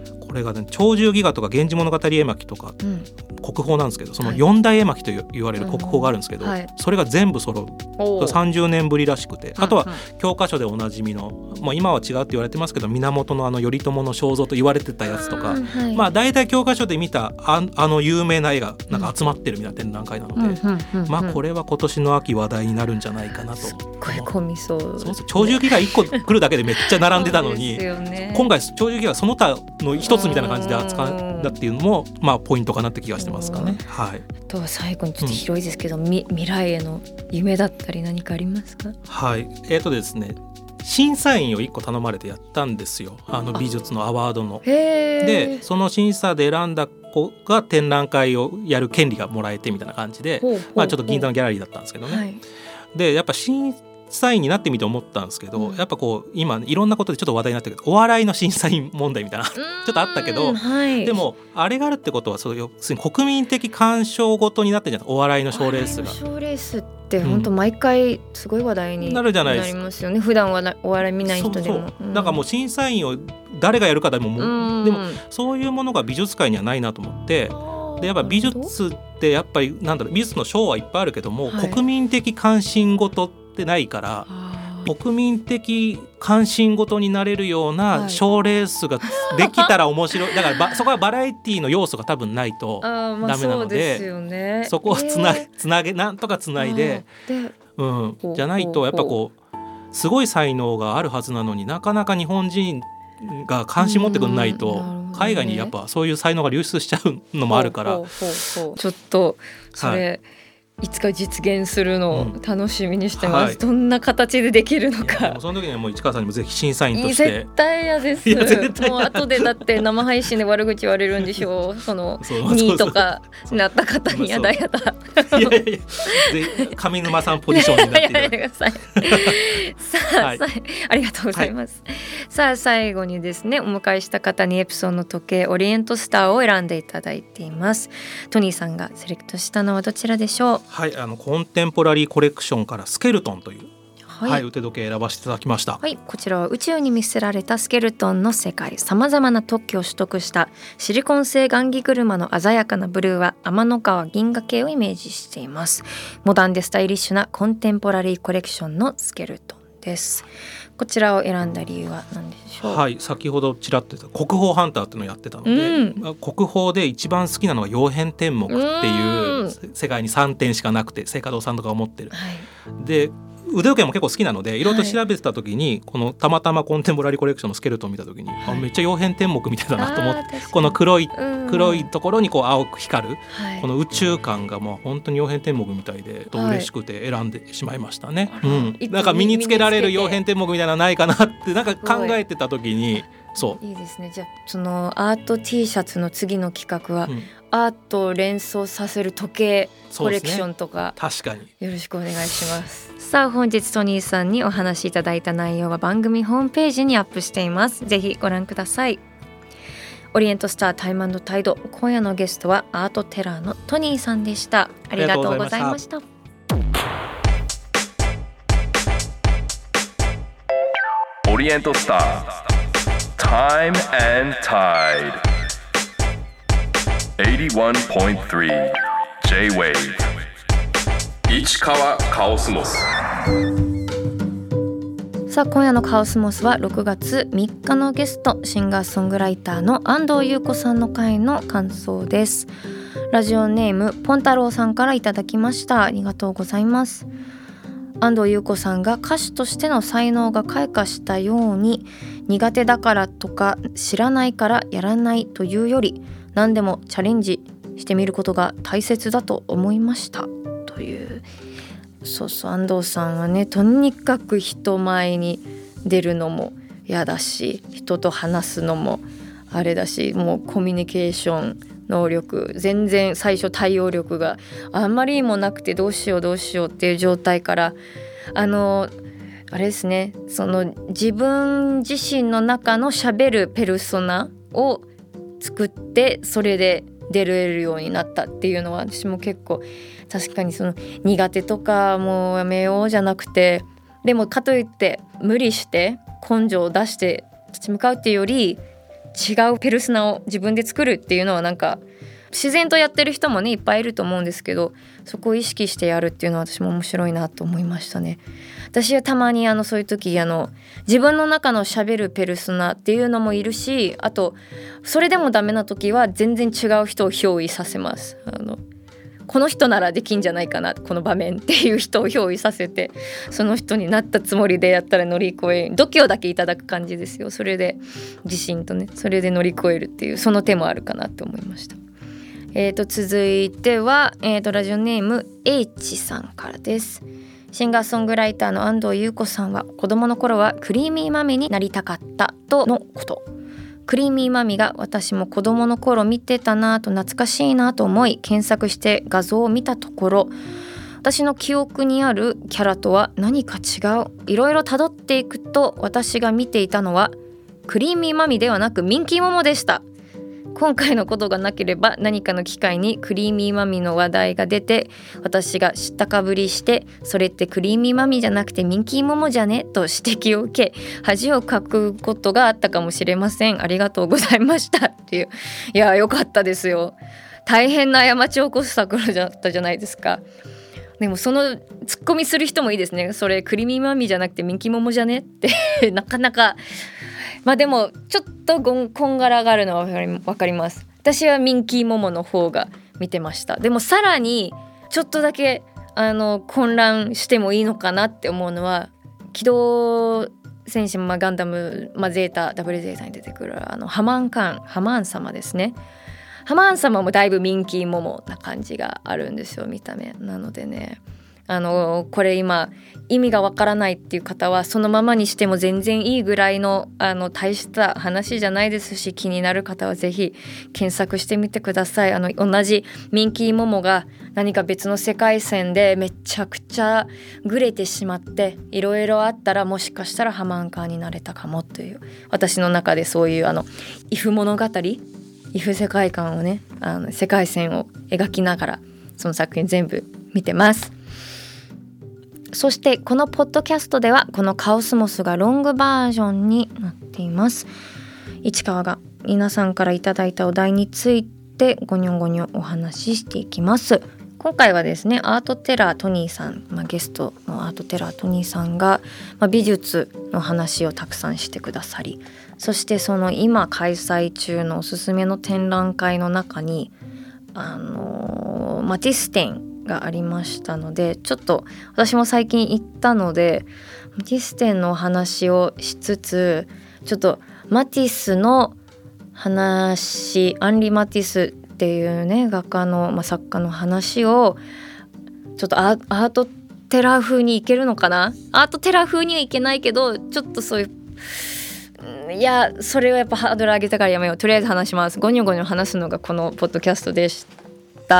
[SPEAKER 4] これがね、鳥獣戯画とか源氏物語絵巻とか、国宝なんですけど、その四大絵巻と言われる国宝があるんですけど、それが全部揃う30年ぶりらしくて、あとは教科書でおなじみの、今は違うって言われてますけど源の頼朝の肖像と言われてたやつとか、大体教科書で見た有名な絵がなんか集まってるみたいな展覧会なので、これは今年の秋話題になるんじゃないかなと。すっ
[SPEAKER 3] ごい混みそう。
[SPEAKER 4] 鳥獣戯画1個来るだけでめっちゃ並んでたのに今回鳥獣戯画その他の一つみたいな感じで扱うんだっていうのもポイントかなって気がしてますかね。あ
[SPEAKER 3] とは最後にちょっと広いですけど、未来への夢だったり何かありますか？
[SPEAKER 4] ですね、審査員を1個頼まれてやったんですよ。美術のアワードの。でその審査で選んだ子が展覧会をやる権利がもらえてみたいな感じで、ちょっと銀座のギャラリーだったんですけどね。でやっぱ審査員になってみて思ったんですけど、やっぱこう今いろんなことでちょっと話題になってるけどお笑いの審査員問題みたいなちょっとあったけど、でもあれがあるってことは要するに国民的鑑賞ごとになってるじゃないですか、お笑いの賞レースが。
[SPEAKER 3] 賞レースって本当毎回すごい話題になりますよね、普段はお笑い見ない人でも。
[SPEAKER 4] だからもう審査員を誰がやるかでも、でもそういうものが美術界にはないなと思って、でやっぱ美術ってやっぱり美術の賞はいっぱいあるけども、国民的関心事ってないから、国民的関心事になれるような賞レースができたら面白い。だからそこはバラエティの要素が多分ないとダメなので、そこをつなげなんとかつないで、じゃないとやっぱこうすごい才能があるはずなのになかなか日本人が関心持ってくんないと、海外にやっぱそういう才能が流出しちゃうのもあるから、
[SPEAKER 3] ちょっとそれ、いつか実現するのを楽しみにしてます、どんな形でできるのか。
[SPEAKER 4] その時にはもう市川さんにもぜひ審査員として。
[SPEAKER 3] 絶対嫌です。もう後でだって生配信で悪口言われるんでしょう。その2位とかなった方にやだやだ。
[SPEAKER 4] いや上沼さんポジションになっていただいてさ
[SPEAKER 3] あ、ありがとうございます、さあ最後にですね、お迎えした方にエプソンの時計オリエントスターを選んでいただいています。トニーさんがセレクトしたのはどちらでしょう？
[SPEAKER 4] はい、コンテンポラリーコレクションからスケルトンという、腕時計選ばせていただきました。
[SPEAKER 3] はい、こちらは宇宙に見せられたスケルトンの世界、さまざまな特許を取得したシリコン製雁木車の鮮やかなブルーは天の川銀河系をイメージしています。モダンでスタイリッシュなコンテンポラリーコレクションのスケルトンです。こちらを選んだ理由は何でしょう？
[SPEAKER 4] はい、先ほどちらっと言った国宝ハンターっていうのをやってたので、国宝で一番好きなのが曜変天目っていう世界に3点しかなくて、聖華堂さんとか思ってる、で腕時計も結構好きなのでいろいろと調べてた時に、このたまたまコンテンポラリーコレクションのスケルトンを見た時に、めっちゃ曜変天目みたいだなと思って、この黒いところにこう青く光る、この宇宙感がもう本当に曜変天目みたいで嬉しくて選んでしまいましたね。なんか身につけられる曜変天目みたいなのないかなってなんか考えてた時に、そう
[SPEAKER 3] いいですね。じゃあそのアート T シャツの次の企画は、アートを連想させる時計コレクションとか、
[SPEAKER 4] 確かに
[SPEAKER 3] よろしくお願いします。さあ本日トニーさんにお話しいただいた内容は番組ホームページにアップしています。ぜひご覧ください。オリエントスタータイム&タイド、今夜のゲストはアートテラーのトニーさんでした。ありがとうございました。
[SPEAKER 2] オリエントスタータイム&タイド 81.3 J-Wave 市川カオスモス。
[SPEAKER 3] さあ今夜のカオスモスは6月3日のゲスト、シンガーソングライターの安藤優子さんの回の感想です。ラジオネームポン太郎さんからいただきました。ありがとうございます。安藤優子さんが歌手としての才能が開花したように、苦手だからとか知らないからやらないというより、何でもチャレンジしてみることが大切だと思いましたという。安藤さんはね、とにかく人前に出るのも嫌だし、人と話すのもあれだし、もうコミュニケーション能力全然最初対応力があんまりもなくて、どうしようっていう状態から、あれですね、その自分自身の中の喋るペルソナを作って、それで出れるようになったっていうのは、私も結構確かにその苦手とかもうやめようじゃなくて、でもかといって無理して根性を出して立ち向かうっていうより、違うペルソナを自分で作るっていうのはなんか自然とやってる人もねいっぱいいると思うんですけど、そこを意識してやるっていうのは私も面白いなと思いましたね。私はたまにそういう時自分の中の喋るペルソナっていうのもいるし、あとそれでもダメな時は全然違う人を憑依させます。この人ならできんじゃないかな、この場面っていう人を憑依させて、その人になったつもりでやったら乗り越え、度胸だけいただく感じですよ。それで自信とね、それで乗り越えるっていう、その手もあるかなって思いました。続いては、ラジオネーム H さんからです。シンガーソングライターの安藤優子さんは、子供の頃はクリーミーマミになりたかったとのこと。クリーミーマミが私も子供の頃見てたなと懐かしいなと思い、検索して画像を見たところ、 私の記憶にあるキャラとは何か違う。いろいろ辿っていくと私が見ていたのはクリーミーマミではなくミンキーモモでした。今回のことがなければ何かの機会にクリーミーマミの話題が出て、私が知ったかぶりしてそれってクリーミーマミじゃなくてミンキーモモじゃねと指摘を受け恥をかくことがあったかもしれません。ありがとうございましたっていう。いやよかったですよ。大変な過ちを起こす桜だったじゃないですか。でもそのツッコミする人もいいですね。それクリーミーマミじゃなくてミンキーモモじゃねってなかなか。まあでもちょっとこんがらがるのは分かります。私はミンキーモモの方が見てました。でもさらにちょっとだけ混乱してもいいのかなって思うのは、機動戦士、ガンダム、ゼータダブルゼータに出てくるハマーン様ですね。ハマーン様もだいぶミンキーモモな感じがあるんですよ、見た目。なのでね、これ今意味がわからないっていう方はそのままにしても全然いいぐらいの大した話じゃないですし、気になる方はぜひ検索してみてください。同じミンキーモモが何か別の世界線でめちゃくちゃグレてしまっていろいろあったら、もしかしたらハマンカーになれたかもという、私の中でそういうイフ物語、イフ世界観をね、世界線を描きながらその作品全部見てます。そしてこのポッドキャストではこのカオスモスがロングバージョンになっています。市川が皆さんからいただいたお題についてゴニョゴニョお話ししていきます。今回はですね、アートテラートニーさん、ゲストのアートテラートニーさんが、美術の話をたくさんしてくださり、そしてその今開催中のおすすめの展覧会の中にマティス展がありましたので、ちょっと私も最近行ったのでマティス展のお話をしつつ、ちょっとマティスの話、アンリ・マティスっていうね画家の、作家の話をちょっとアートテラー風にいけるのかな。アートテラー風にはいけないけど、ちょっとそういう、いやそれはやっぱハードル上げたからやめよう。とりあえず話します。ゴニョゴニョ話すのがこのポッドキャストでした。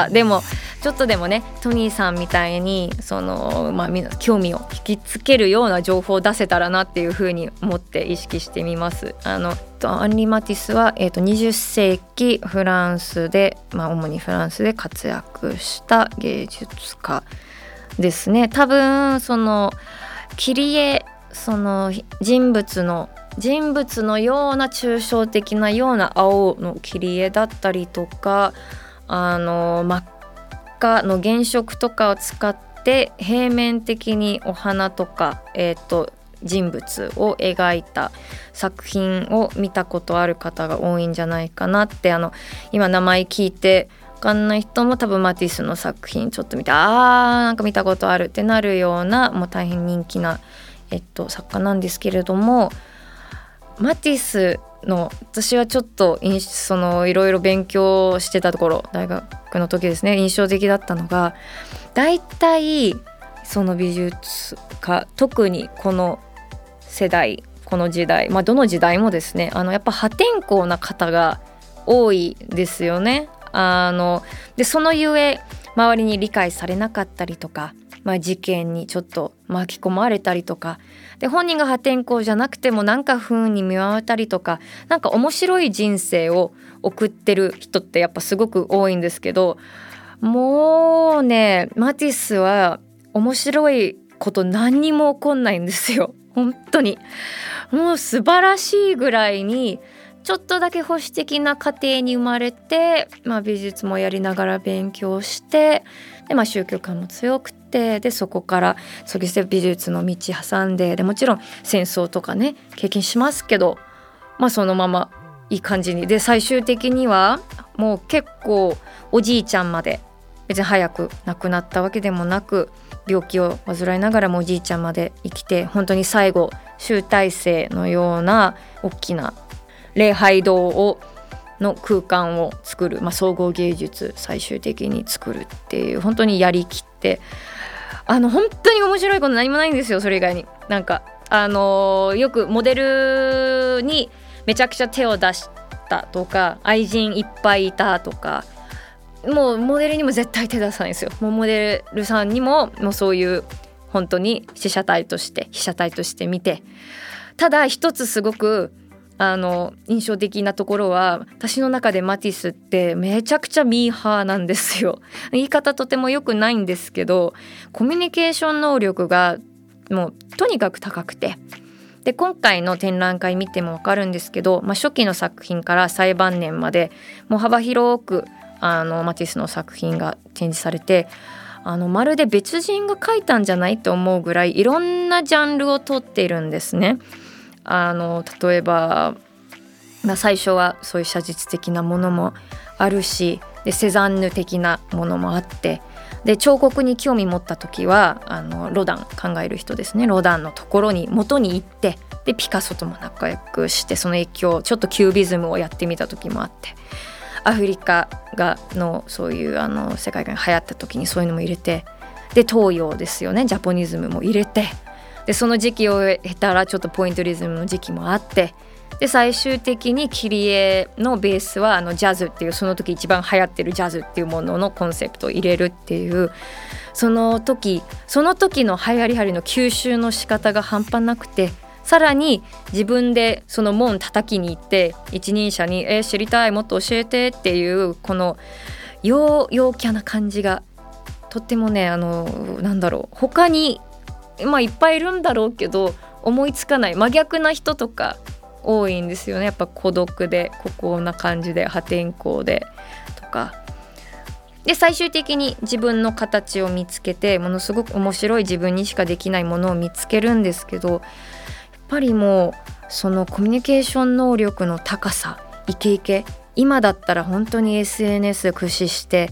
[SPEAKER 3] でもちょっとでもね、トニーさんみたいに興味を引きつけるような情報を出せたらなっていう風に思って意識してみます。アンリ・マティスは、20世紀フランスで、主にフランスで活躍した芸術家ですね。多分その切り絵、その人物のような抽象的なような青の切り絵だったりとか、真っ赤の原色とかを使って平面的にお花とか、人物を描いた作品を見たことある方が多いんじゃないかなって、今名前聞いて分かんない人も多分マティスの作品ちょっと見て、なんか見たことあるってなるような、もう大変人気な、作家なんですけれども、マティスの私はちょっといろいろ勉強してたところ、大学の時ですね、印象的だったのが、だいたいその美術家、特にこの世代この時代、どの時代もですね、やっぱ破天荒な方が多いですよね。でそのゆえ周りに理解されなかったりとか、事件にちょっと巻き込まれたりとかで、本人が破天荒じゃなくてもなんか不運に見舞われたりとか、なんか面白い人生を送ってる人ってやっぱすごく多いんですけど、もうねマティスは面白いこと何にも起こんないんですよ。本当にもう素晴らしいぐらいに、ちょっとだけ保守的な家庭に生まれて、美術もやりながら勉強して、で、宗教観も強くて、でそこからそして美術の道挟んで、でもちろん戦争とかね経験しますけど、そのままいい感じにで、最終的にはもう結構おじいちゃんまで、別に早く亡くなったわけでもなく、病気を患いながらもおじいちゃんまで生きて、本当に最後集大成のような大きな礼拝堂の空間を作る、総合芸術最終的に作るっていう、本当にやりきって、本当に面白いこと何もないんですよ。それ以外になんかよくモデルにめちゃくちゃ手を出したとか、愛人いっぱいいたとか、 もうモデルにも絶対手出さないんですよ。もうモデルさんにももうそういう本当に被写体として見て、ただ一つすごく印象的なところは、私の中でマティスってめちゃくちゃミーハーなんですよ。言い方とても良くないんですけど、コミュニケーション能力がもうとにかく高くて、で今回の展覧会見ても分かるんですけど、初期の作品から最晩年までもう幅広くマティスの作品が展示されて、まるで別人が描いたんじゃないと思うぐらいいろんなジャンルを取っているんですね。例えば、最初はそういう写実的なものもあるし、でセザンヌ的なものもあって、で彫刻に興味持った時はロダン、考える人ですね、ロダンのところに元に行って、でピカソとも仲良くして、その影響ちょっとキュービズムをやってみた時もあって、アフリカのそういう世界が流行った時にそういうのも入れて、で東洋ですよね、ジャポニズムも入れて、でその時期を経たらちょっとポイントリズムの時期もあって、で最終的に切り絵のベースはジャズっていう、その時一番流行ってるジャズっていうもののコンセプトを入れるっていう、その時の流行りはりの吸収の仕方が半端なくて、さらに自分でその門叩きに行って一人者に知りたい、もっと教えてっていう、この陽キャな感じがとってもね、他にいっぱいいるんだろうけど思いつかない真逆な人とか多いんですよね。やっぱ孤独で孤高な感じで破天荒でとかで、最終的に自分の形を見つけて、ものすごく面白い自分にしかできないものを見つけるんですけど、やっぱりもうそのコミュニケーション能力の高さ、イケイケ、今だったら本当に SNS 駆使して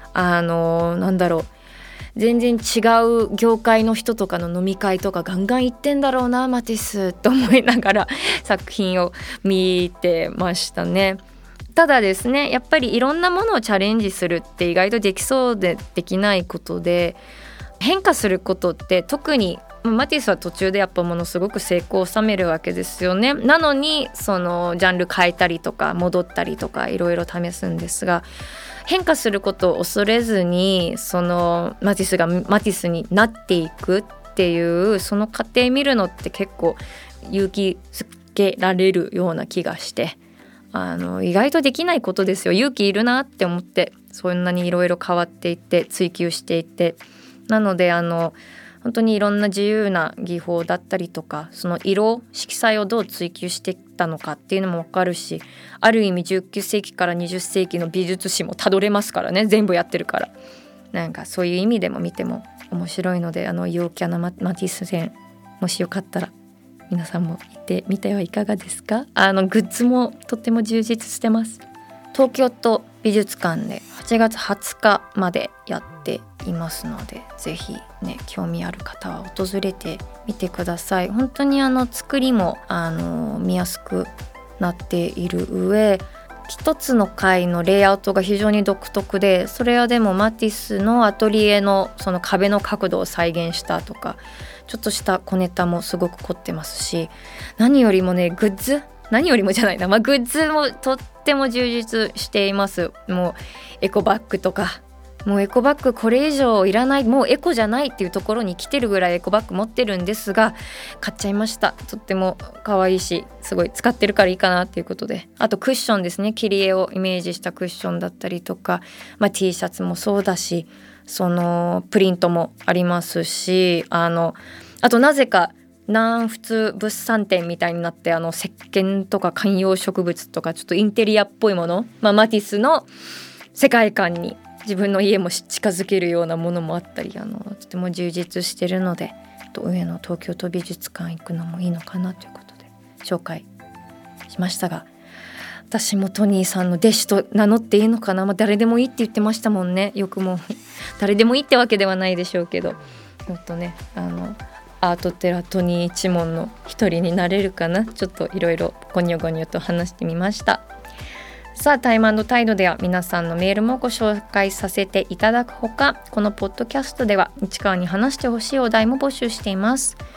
[SPEAKER 3] 全然違う業界の人とかの飲み会とかガンガン行ってんだろうなマティスと思いながら作品を見てましたね。ただですね、やっぱりいろんなものをチャレンジするって意外とできそうでできないことで、変化することって特にマティスは途中でやっぱものすごく成功を収めるわけですよね。なのにそのジャンル変えたりとか戻ったりとかいろいろ試すんですが、変化することを恐れずにそのマティスがマティスになっていくっていうその過程見るのって結構勇気づけられるような気がして、意外とできないことですよ。勇気いるなって思って、そんなにいろいろ変わっていって追求していって、なので本当にいろんな自由な技法だったりとか、その色色彩をどう追求していったのかっていうのも分かるし、ある意味19世紀から20世紀の美術史もたどれますからね、全部やってるから。なんかそういう意味でも見ても面白いので、陽キャなマティス展、もしよかったら皆さんも行ってみてはいかがですか。グッズもとっても充実してます。東京都美術館で8月20日までやっていますので、ぜひね、興味ある方は訪れてみてください。本当に作りも見やすくなっている上、一つの階のレイアウトが非常に独特で、それはでもマティスのアトリエのその壁の角度を再現したとか、ちょっとした小ネタもすごく凝ってますし、何よりもね、グッズもとっても充実しています。もうエコバッグとか、もうエコバッグこれ以上いらない、もうエコじゃないっていうところに来てるぐらいエコバッグ持ってるんですが、買っちゃいました。とっても可愛いし、すごい使ってるからいいかなっていうことで、あとクッションですね、切り絵をイメージしたクッションだったりとか、T シャツもそうだし、そのプリントもありますし、あとなぜか南仏物産展みたいになって、石鹸とか観葉植物とかちょっとインテリアっぽいもの、マティスの世界観に自分の家も近づけるようなものもあったり、とても充実してるので、上野東京都美術館行くのもいいのかなということで紹介しましたが、私もトニーさんの弟子と名乗っていいのかな、誰でもいいって言ってましたもんね。よくも誰でもいいってわけではないでしょうけど、もっとね、アートテラトニー一門の一人になれるかな。ちょっといろいろゴニョゴニョと話してみました。さあ、タイム&タイドでは皆さんのメールもご紹介させていただくほか、このポッドキャストでは市川に話してほしいお題も募集しています。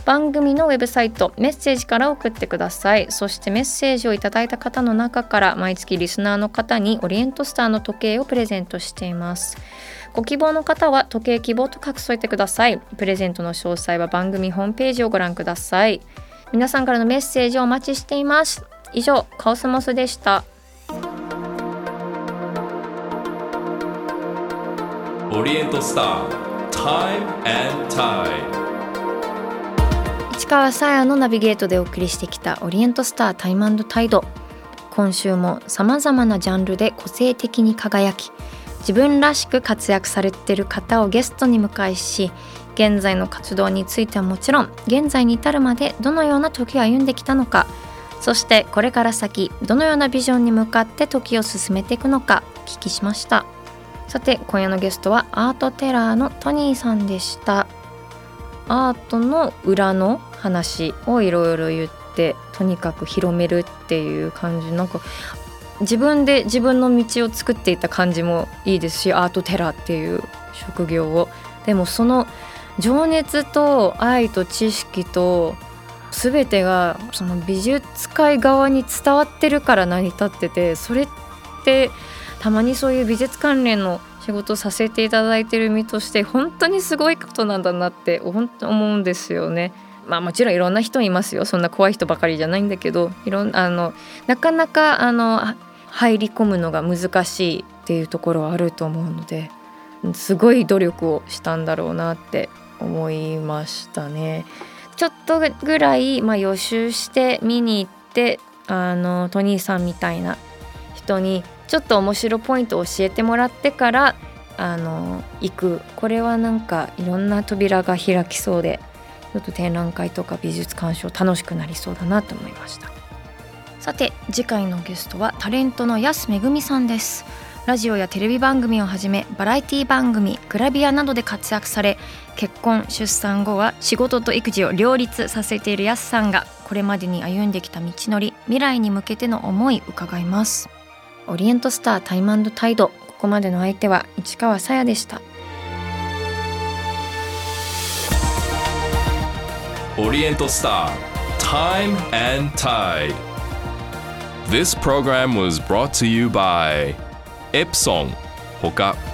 [SPEAKER 3] 番組のウェブサイトメッセージから送ってください。そしてメッセージをいただいた方の中から毎月リスナーの方にオリエントスターの時計をプレゼントしています。ご希望の方は時計希望と書き添えてください。プレゼントの詳細は番組ホームページをご覧ください。皆さんからのメッセージをお待ちしています。以上、カオスモスでした。
[SPEAKER 1] オリエントスター Time and Tide。
[SPEAKER 3] 市川さやのナビゲートでお送りしてきたオリエントスタータイム&タイド。今週もさまざまなジャンルで個性的に輝き、自分らしく活躍されている方をゲストに迎えし、現在の活動についてはもちろん、現在に至るまでどのような時を歩んできたのか、そしてこれから先どのようなビジョンに向かって時を進めていくのかお聞きしました。さて、今夜のゲストはアートテラーのトニーさんでした。アートの裏の話をいろいろ言って、とにかく広めるっていう感じ、なんか自分で自分の道を作っていった感じもいいですし、アートテラーっていう職業を、でもその情熱と愛と知識と全てがその美術界側に伝わってるから成り立ってて、それってたまにそういう美術関連の仕事をさせていただいている身として本当にすごいことなんだなって本当思うんですよね。まあもちろんいろんな人いますよ、そんな怖い人ばかりじゃないんだけど、なかなか入り込むのが難しいっていうところはあると思うので、すごい努力をしたんだろうなって思いましたね。ちょっとぐらい、予習して見に行って、トニーさんみたいな人にちょっと面白ポイントを教えてもらってから行く。これはなんかいろんな扉が開きそうで、ちょっと展覧会とか美術鑑賞楽しくなりそうだなと思いました。さて、次回のゲストはタレントの安めぐみさんです。ラジオやテレビ番組をはじめバラエティ番組、グラビアなどで活躍され、結婚出産後は仕事と育児を両立させている安さんが、これまでに歩んできた道のり、未来に向けての思い伺います。オリエントスタータイム&タイド、ここまでの相手は市川さやでした。
[SPEAKER 1] オリエントスター Time and Tide。
[SPEAKER 2] This program was brought to you by Epson ほか。